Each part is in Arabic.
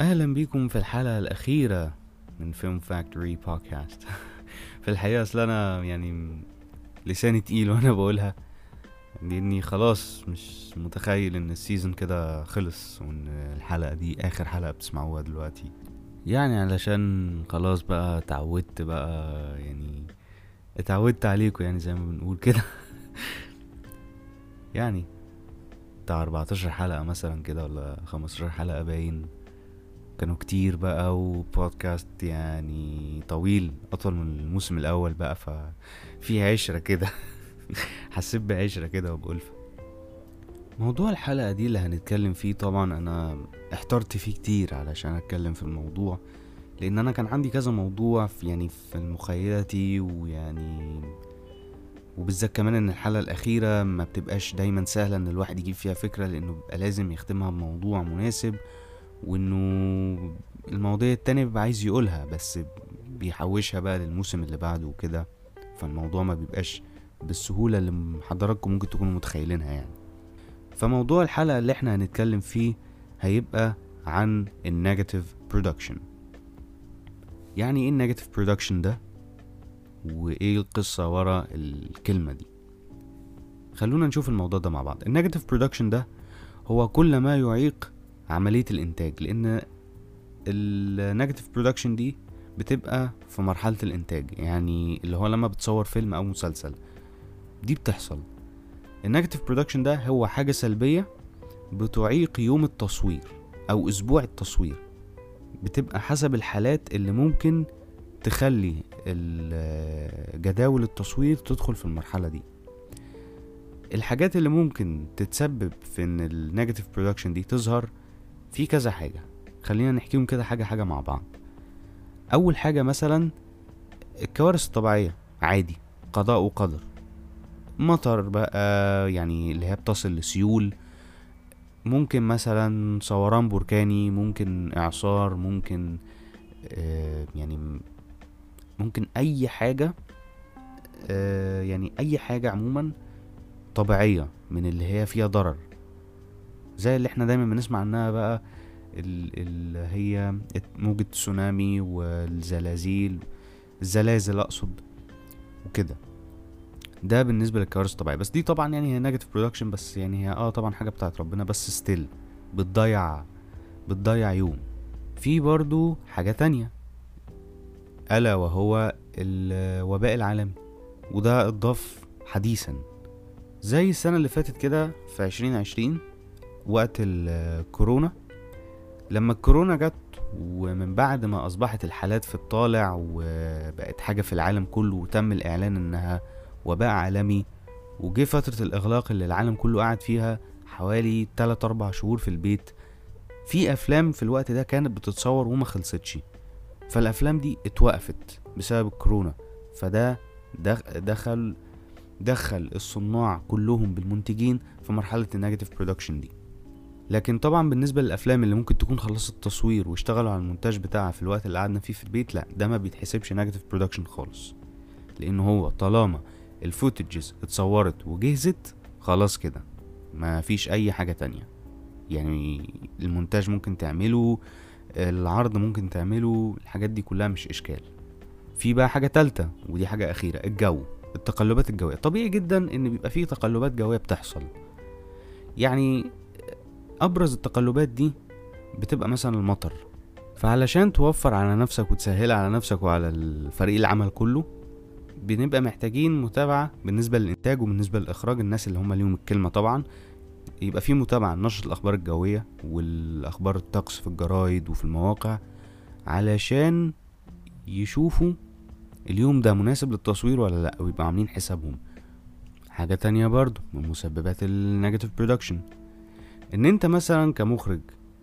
اهلا بيكم في الحلقة الاخيرة من فيلم فاكتوري بودكاست. في الحقيقة اصل انا لساني تقيل وانا بقولها، لاني خلاص مش متخيل ان السيزون كده خلص وان الحلقة دي اخر حلقة بتسمعوها دلوقتي. علشان خلاص بقى اتعودت عليكم، زي ما بنقول كده. يعني بتاع 14 حلقة مثلا كده ولا 15 حلقة باين، كانوا كتير بقى، وبودكاست طويل اطول من الموسم الاول بقى، ففي عشرة كده. حسيت بعشرة كده وبألفة. موضوع الحلقة دي اللي هنتكلم فيه، طبعا انا احترت فيه كتير علشان اتكلم في الموضوع، لان انا كان عندي كذا موضوع في مخيلتي، وبالذات كمان ان الحلقة الاخيرة ما بتبقاش دايما سهلة ان الواحد يجيب فيها فكرة، لانه بيبقى لازم يختمها بموضوع مناسب، وانه المواضيع التانية بيبقى عايز يقولها بس بيحوشها بقى للموسم اللي بعده وكده، فالموضوع ما بيبقاش بالسهولة اللي حضراتكم ممكن تكونوا متخيلينها. فموضوع الحلقة اللي احنا هنتكلم فيه هيبقى عن النيجاتيف برودكشن. يعني ايه النيجاتيف برودكشن ده، وايه القصة ورا الكلمة دي؟ خلونا نشوف الموضوع ده مع بعض. النيجاتيف برودكشن ده هو كل ما يعيق عملية الانتاج، لان النيجاتيف برودكشن دي بتبقى في مرحلة الانتاج، اللي هو لما بتصور فيلم او مسلسل دي بتحصل. النيجاتيف برودكشن ده هو حاجة سلبية بتعيق يوم التصوير او اسبوع التصوير، بتبقى حسب الحالات اللي ممكن تخلي جداول التصوير تدخل في المرحلة دي. الحاجات اللي ممكن تتسبب في ان النيجاتيف برودكشن دي تظهر في كذا حاجة، خلينا نحكيهم كده حاجة حاجة مع بعض. اول حاجة مثلا الكوارث الطبيعية، عادي، قضاء وقدر، مطر بقى اللي هي بتصل لسيول، ممكن مثلا صوران بركاني، ممكن اعصار، ممكن ممكن اي حاجة، اي حاجة عموما طبيعية من اللي هي فيها ضرر، زي اللي احنا دايما بنسمع عنها بقى، اللي هي موجة تسونامي والزلازل، الزلازل اقصد وكده. ده بالنسبة للكوارث الطبيعية، بس دي طبعا هي نيجاتيف برودكشن، بس هي طبعا حاجة بتاعت ربنا، بس ستيل بتضيع يوم. في برضو حاجة تانية، ألا وهو الوباء العالمي، وده اتضاف حديثا زي السنة اللي فاتت كده في 2020 وقت الكورونا. لما الكورونا جت، ومن بعد ما أصبحت الحالات في الطالع وبقت حاجة في العالم كله، وتم الإعلان إنها وباء عالمي، وجه فترة الإغلاق اللي العالم كله قاعد فيها حوالي 3-4 شهور في البيت، في أفلام في الوقت ده كانت بتتصور وما خلصتش، فالأفلام دي اتوقفت بسبب الكورونا. فده دخل الصناع كلهم بالمنتجين في مرحلة النيجاتيف برودكشن دي. لكن طبعا بالنسبة للأفلام اللي ممكن تكون خلصت التصوير واشتغلوا على المونتاج بتاعها في الوقت اللي قعدنا فيه في البيت، لا، ده ما بيتحسبش نيجاتيف برودكشن خالص، لأنه هو طالما الفوتجز اتصورت وجهزت خلاص كده، ما فيش أي حاجة تانية. المونتاج ممكن تعمله، العرض ممكن تعمله، الحاجات دي كلها مش إشكال. في بقى حاجة تالتة ودي حاجة أخيرة، التقلبات الجوية. طبيعي جدا ان بيبقى فيه تقلبات جوية بتحصل، ابرز التقلبات دي بتبقى مثلا المطر. فعلشان توفر على نفسك وتسهل على نفسك وعلى الفريق العمل كله، بنبقى محتاجين متابعة بالنسبة للإنتاج وبالنسبة للإخراج، الناس اللي هم ليهم الكلمة طبعا، يبقى فيه متابعة نشر الأخبار الجوية والأخبار الطقس في الجرايد وفي المواقع، علشان يشوفوا اليوم ده مناسب للتصوير ولا لا، ويبقى عاملين حسابهم. حاجة تانية برضو من مسببات النيجاتيف برودكشن، ان انت مثلا كمخرج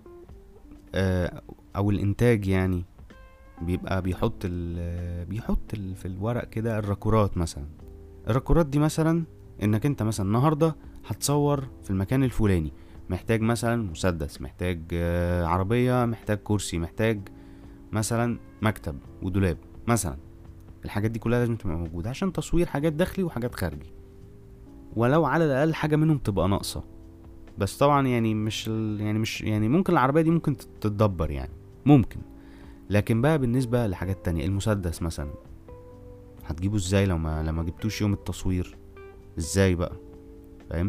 او الانتاج بيبقى بيحط في الورق كده الراكورات. مثلا الراكورات دي مثلا انك انت مثلا النهاردة هتصور في المكان الفلاني، محتاج مثلا مسدس، محتاج عربية، محتاج كرسي، محتاج مثلا مكتب ودولاب مثلا. الحاجات دي كلها لازم تبقى موجودة عشان تصوير حاجات داخلي وحاجات خارجي، ولو على الأقل حاجة منهم تبقى ناقصة. بس طبعا مش ممكن العربية دي ممكن تتدبر ممكن. لكن بقى بالنسبة لحاجات تانية، المسدس مثلا هتجيبه ازاي لو ما جبتوش يوم التصوير؟ ازاي بقى؟ فاهم؟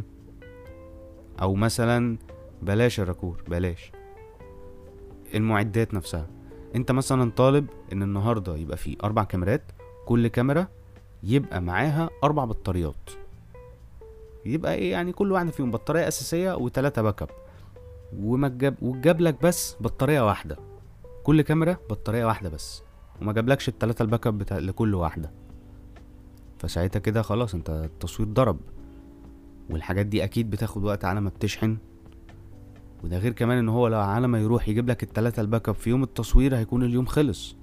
او مثلا بلاش الراكور، بلاش المعدات نفسها. انت مثلا طالب ان النهاردة يبقى فيه 4 كاميرات، كل كاميرا يبقى معاها 4 بطاريات، يبقى ايه يعني كل واحدة فيهم بطارية اساسية و3 باك اب، وتجاب لك بس بطارية واحدة، كل كاميرا بطارية واحدة بس، وما جابلكش ال3 الباك اب بتاع لكل واحدة. فساعتها كده خلاص انت التصوير ضرب. والحاجات دي اكيد بتاخد وقت على ما بتشحن، وده غير كمان ان هو لو على ما يروح يجيب لك ال3 الباك اب في يوم التصوير هيكون اليوم خلص.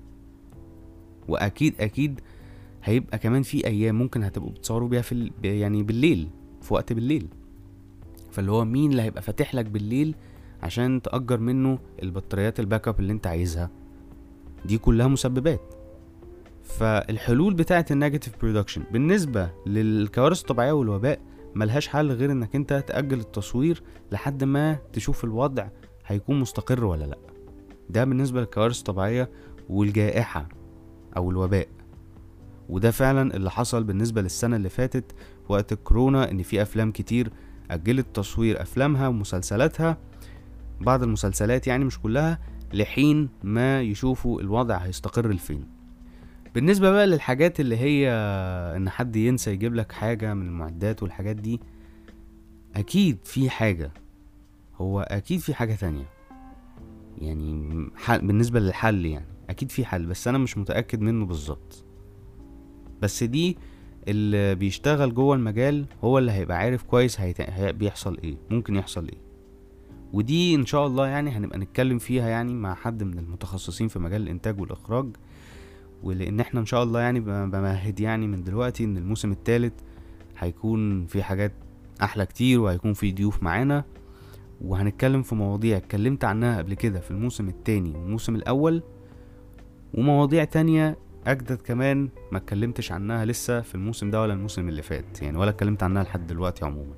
واكيد هيبقى كمان في ايام ممكن هتبقوا بتصوروا بيها يعني بالليل، في وقت بالليل، فاللي هو مين اللي هيبقى فاتح لك بالليل عشان تأجر منه البطاريات الباك اب اللي انت عايزها؟ دي كلها مسببات. فالحلول بتاعه النيجاتيف برودكشن بالنسبه للكوارث الطبيعيه والوباء ملهاش حل غير انك انت تأجل التصوير لحد ما تشوف الوضع هيكون مستقر ولا لا. ده بالنسبه للكوارث الطبيعيه والجائحه او الوباء. وده فعلا اللي حصل بالنسبه للسنه اللي فاتت وقت الكورونا، ان في افلام كتير اجلت تصوير افلامها ومسلسلاتها، بعض المسلسلات يعني مش كلها، لحين ما يشوفوا الوضع هيستقر لفين. بالنسبة بقى للحاجات اللي هي ان حد ينسى يجيب لك حاجة من المعدات والحاجات دي، اكيد في حاجة، هو اكيد في حاجة تانية يعني بالنسبة للحل، يعني اكيد في حل بس انا مش متأكد منه بالظبط. بس دي اللي بيشتغل جوه المجال هو اللي هيبقى عارف كويس بيحصل ايه، ممكن يحصل ايه. ودي ان شاء الله يعني هنبقى نتكلم فيها يعني مع حد من المتخصصين في مجال الانتاج والاخراج. ولان احنا ان شاء الله يعني بمهد يعني من دلوقتي ان الموسم الثالث هيكون في حاجات احلى كتير، وهيكون في ضيوف معانا، وهنتكلم في مواضيع اتكلمت عنها قبل كده في الموسم الثاني والموسم الاول، ومواضيع تانية اجدد كمان ما اتكلمتش عنها لسه في الموسم ده ولا الموسم اللي فات يعني، ولا اتكلمت عنها لحد دلوقتي عموما.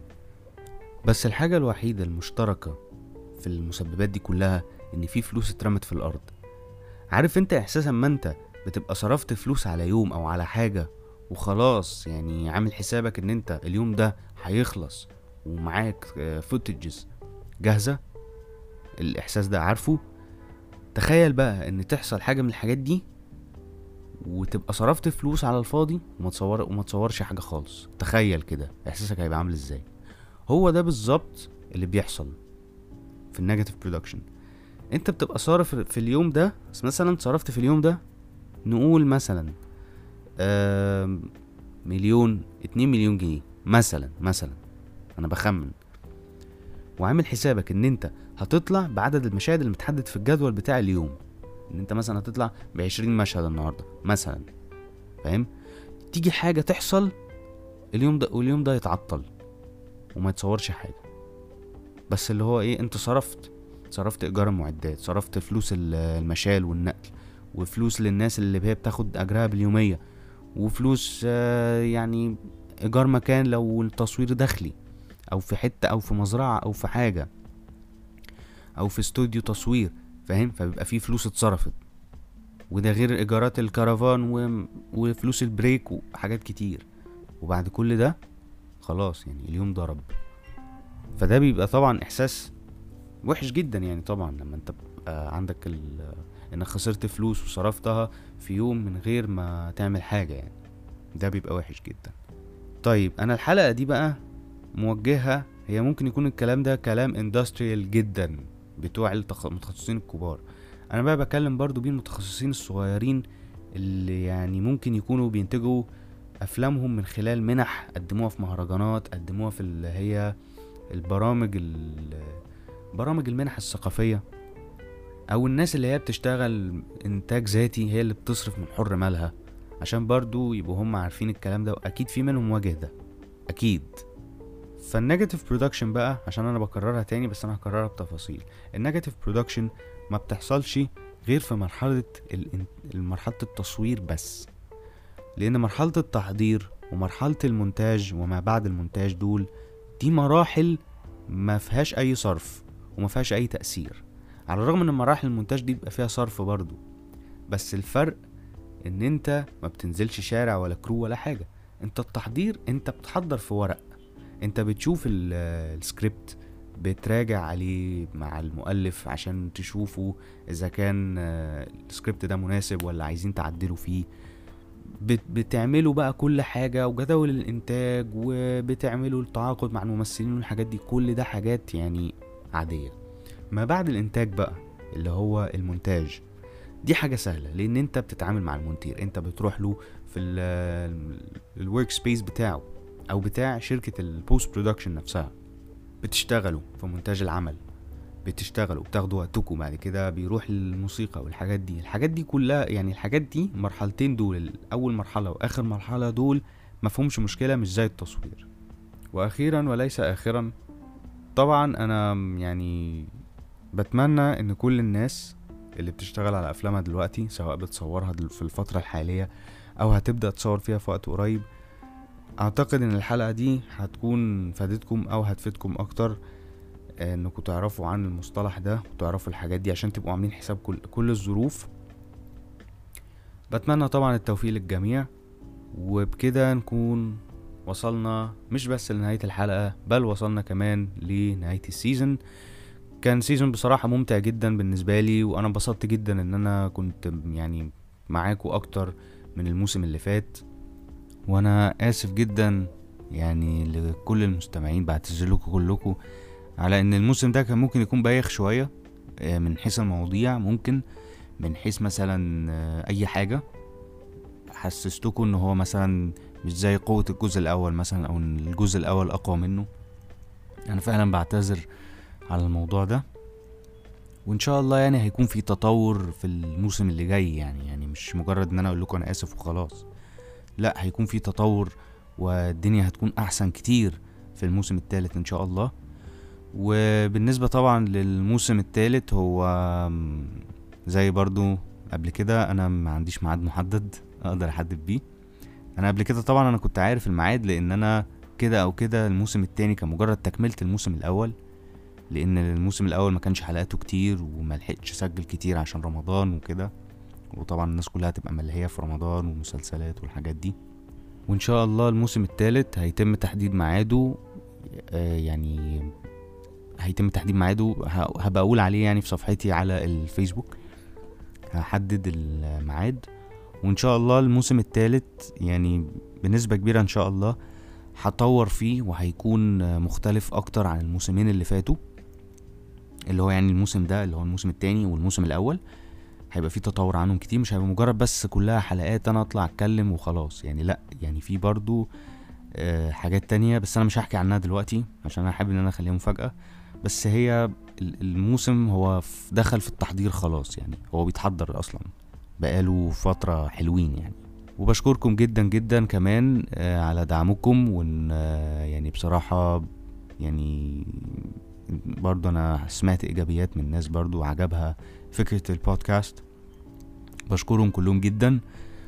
بس الحاجة الوحيدة المشتركة في المسببات دي كلها ان في فلوس اترمت في الارض. عارف انت احساس اما انت بتبقى صرفت فلوس على يوم او على حاجة وخلاص، يعني عامل حسابك ان انت اليوم ده هيخلص ومعاك فوتجز جاهزة، الاحساس ده عارفه؟ تخيل بقى ان تحصل حاجة من الحاجات دي وتبقى صرفت فلوس على الفاضي وما تصورش حاجة خالص. تخيل كده احساسك هيبقى عامل ازاي. هو ده بالظبط اللي بيحصل في النيجاتيف برودكشن. انت بتبقى صارف في اليوم ده، مثلا صرفت في اليوم ده نقول مثلا 1,000,000 2,000,000 جنيه مثلا انا بخمن، وعامل حسابك ان انت هتطلع بعدد المشاهد اللي متحدد في الجدول بتاع اليوم، ان انت مثلا هتطلع ب20 مشهد النهاردة مثلا، فاهم؟ تيجي حاجة تحصل اليوم ده يتعطل وما يتصورش حاجة، بس اللي هو ايه، انت صرفت ايجار المعدات، صرفت فلوس المشال والنقل، وفلوس للناس اللي هي بتاخد اجرها باليومية، وفلوس يعني ايجار مكان لو التصوير داخلي او في حتة او في مزرعة او في حاجة او في استوديو تصوير، فاهم؟ فبيبقى فيه فلوس اتصرفت، وده غير ايجارات الكرفان وفلوس البريك وحاجات كتير. وبعد كل ده خلاص يعني اليوم ضرب. فده بيبقى طبعا احساس وحش جدا يعني، طبعا لما انت عندك انك خسرت فلوس وصرفتها في يوم من غير ما تعمل حاجة يعني، ده بيبقى وحش جدا. طيب انا الحلقة دي بقى موجهة، هي ممكن يكون الكلام ده كلام اندستريال جدا بتوع المتخصصين الكبار، انا بقى بكلم برضو بين المتخصصين الصغيرين اللي يعني ممكن يكونوا بينتجوا افلامهم من خلال منح قدموها في مهرجانات، قدموها في اللي هي برامج المنح الثقافية، او الناس اللي هي بتشتغل انتاج ذاتي، هي اللي بتصرف من حر مالها، عشان برضو يبقوا هم عارفين الكلام ده، واكيد في منهم واجه ده اكيد. فالنيجاتيف برودكشن بقى، عشان انا بكررها تاني بس انا هكررها بتفاصيل، النيجاتيف برودكشن ما بتحصلش غير في مرحلة التصوير بس، لان مرحلة التحضير ومرحلة المونتاج وما بعد المونتاج دي مراحل ما فيهاش اي صرف وما فيهاش اي تأثير. على الرغم ان مراحل المونتاج دي بيبقى فيها صرف برضو، بس الفرق ان انت ما بتنزلش شارع ولا كرو ولا حاجة. انت التحضير انت بتحضر في ورق، انت بتشوف السكريبت، بتراجع عليه مع المؤلف عشان تشوفه اذا كان السكريبت ده مناسب ولا عايزين تعدلوا فيه. بتعملوا بقى كل حاجة وجدول الانتاج، وبتعملوا التعاقد مع الممثلين والحاجات دي، كل ده حاجات يعني عادية. ما بعد الانتاج بقى اللي هو المونتاج، دي حاجة سهلة لان انت بتتعامل مع المونتير، انت بتروح له في الورك سبيس بتاعه او بتاع شركة البوست برودكشن نفسها، بتشتغلوا في مونتاج العمل، بتشتغلوا وبتاخدوا وقتكم، بعد كده بيروح للموسيقى والحاجات دي. الحاجات دي كلها يعني الحاجات دي مرحلتين دول، اول مرحلة واخر مرحلة دول مفهومش مشكلة، مش زي التصوير. واخيرا وليس اخرا، طبعا انا يعني بتمنى ان كل الناس اللي بتشتغل على افلامها دلوقتي، سواء بتصورها في الفترة الحالية او هتبدأ تصور فيها في وقت قريب، اعتقد ان الحلقة دي هتكون فادتكم او هتفيدكم اكتر، انكم تعرفوا عن المصطلح ده وتعرفوا الحاجات دي عشان تبقوا عاملين حساب كل الظروف. بتمنى طبعا التوفيق للجميع، وبكده نكون وصلنا مش بس لنهاية الحلقة، بل وصلنا كمان لنهاية السيزن. كان سيزن بصراحة ممتع جدا بالنسبة لي، وانا انبسطت جدا ان انا كنت يعني معاكم اكتر من الموسم اللي فات. وانا اسف جدا يعني لكل المستمعين، بعتذر لكم كلكم على ان الموسم ده كان ممكن يكون بايخ شوية من حيث المواضيع، ممكن من حيث مثلا اي حاجة حسستكم ان هو مثلا مش زي قوة الجزء الاول مثلا، او ان الجزء الاول اقوى منه. انا فعلا بعتذر على الموضوع ده، وان شاء الله يعني هيكون في تطور في الموسم اللي جاي، يعني مش مجرد ان انا اقول لكم انا اسف وخلاص، لا هيكون في تطور والدنيا هتكون احسن كتير في الموسم الثالث ان شاء الله. وبالنسبة طبعا للموسم الثالث، هو زي برضو قبل كده انا ما عنديش ميعاد محدد اقدر احدد بيه. انا قبل كده طبعا انا كنت عارف الميعاد، لان انا كده او كده الموسم الثاني كان مجرد تكملة الموسم الاول، لان الموسم الاول ما كانش حلقاته كتير وما لحقتش اسجل كتير عشان رمضان وكده، وطبعا الناس كلها هتبقى ملهية في رمضان ومسلسلات والحاجات دي. وان شاء الله الموسم الثالث هيتم تحديد ميعاده، يعني هيتم تحديد ميعاده، هبقى اقول عليه يعني في صفحتي على الفيسبوك، هحدد الميعاد. وان شاء الله الموسم الثالث يعني بنسبة كبيرة ان شاء الله هطور فيه، وهيكون مختلف اكتر عن الموسمين اللي فاتوا، اللي هو يعني الموسم ده اللي هو الموسم الثاني والموسم الاول هيبقى فيه تطور عنهم كتير، مش هيبقى مجرد بس كلها حلقات انا اطلع اتكلم وخلاص يعني، لا يعني في برضو حاجات تانية، بس انا مش هحكي عنها دلوقتي عشان انا حابب ان انا اخليها مفاجأة. بس هي الموسم هو دخل في التحضير خلاص، يعني هو بيتحضر اصلا بقاله فترة حلوين يعني. وبشكركم جدا جدا كمان على دعمكم، وان يعني بصراحة يعني برضو انا سمعت ايجابيات من الناس برضو عجبها فكرة البودكاست، بشكرهم كلهم جدا.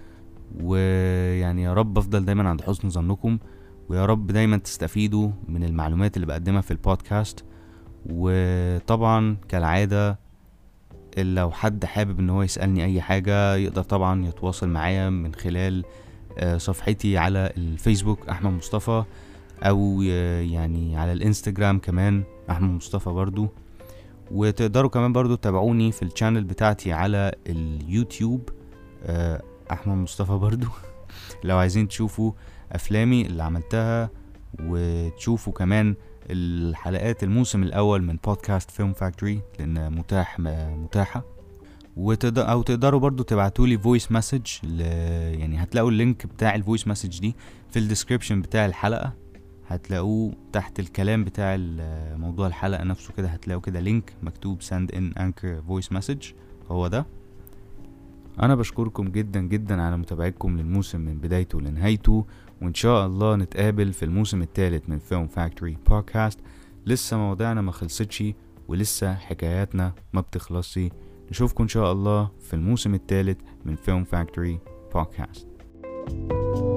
ويعني يا رب افضل دايما عند حسن ظنكم، ويا رب دايما تستفيدوا من المعلومات اللي بقدمها في البودكاست. وطبعا كالعادة لو حد حابب ان هو يسألني اي حاجة يقدر طبعا يتواصل معايا من خلال صفحتي على الفيسبوك احمد مصطفى، او يعني على الانستجرام كمان احمد مصطفى برضو. وتقدروا كمان برضو تتابعوني في الشانل بتاعتي على اليوتيوب احمد مصطفى برضو لو عايزين تشوفوا افلامي اللي عملتها، وتشوفوا كمان الحلقات الموسم الاول من بودكاست فيلم فاكتوري لان متاحة. او تقدروا برضو تبعتولي فويس مسج يعني هتلاقوا اللينك بتاع الفويس مسج دي في الديسكريبشن بتاع الحلقة، هتلاقوه تحت الكلام بتاع موضوع الحلقة نفسه كده، هتلاقوا كده لينك مكتوب send in anchor voice message، هو ده. انا بشكركم جدا جدا على متابعتكم للموسم من بدايته لنهايته، وان شاء الله نتقابل في الموسم الثالث من فيلم فاكتوري بودكاست. لسه مواضيعنا ما خلصتش، ولسه حكاياتنا ما بتخلصش. نشوفكم ان شاء الله في الموسم الثالث من فيلم فاكتوري بودكاست.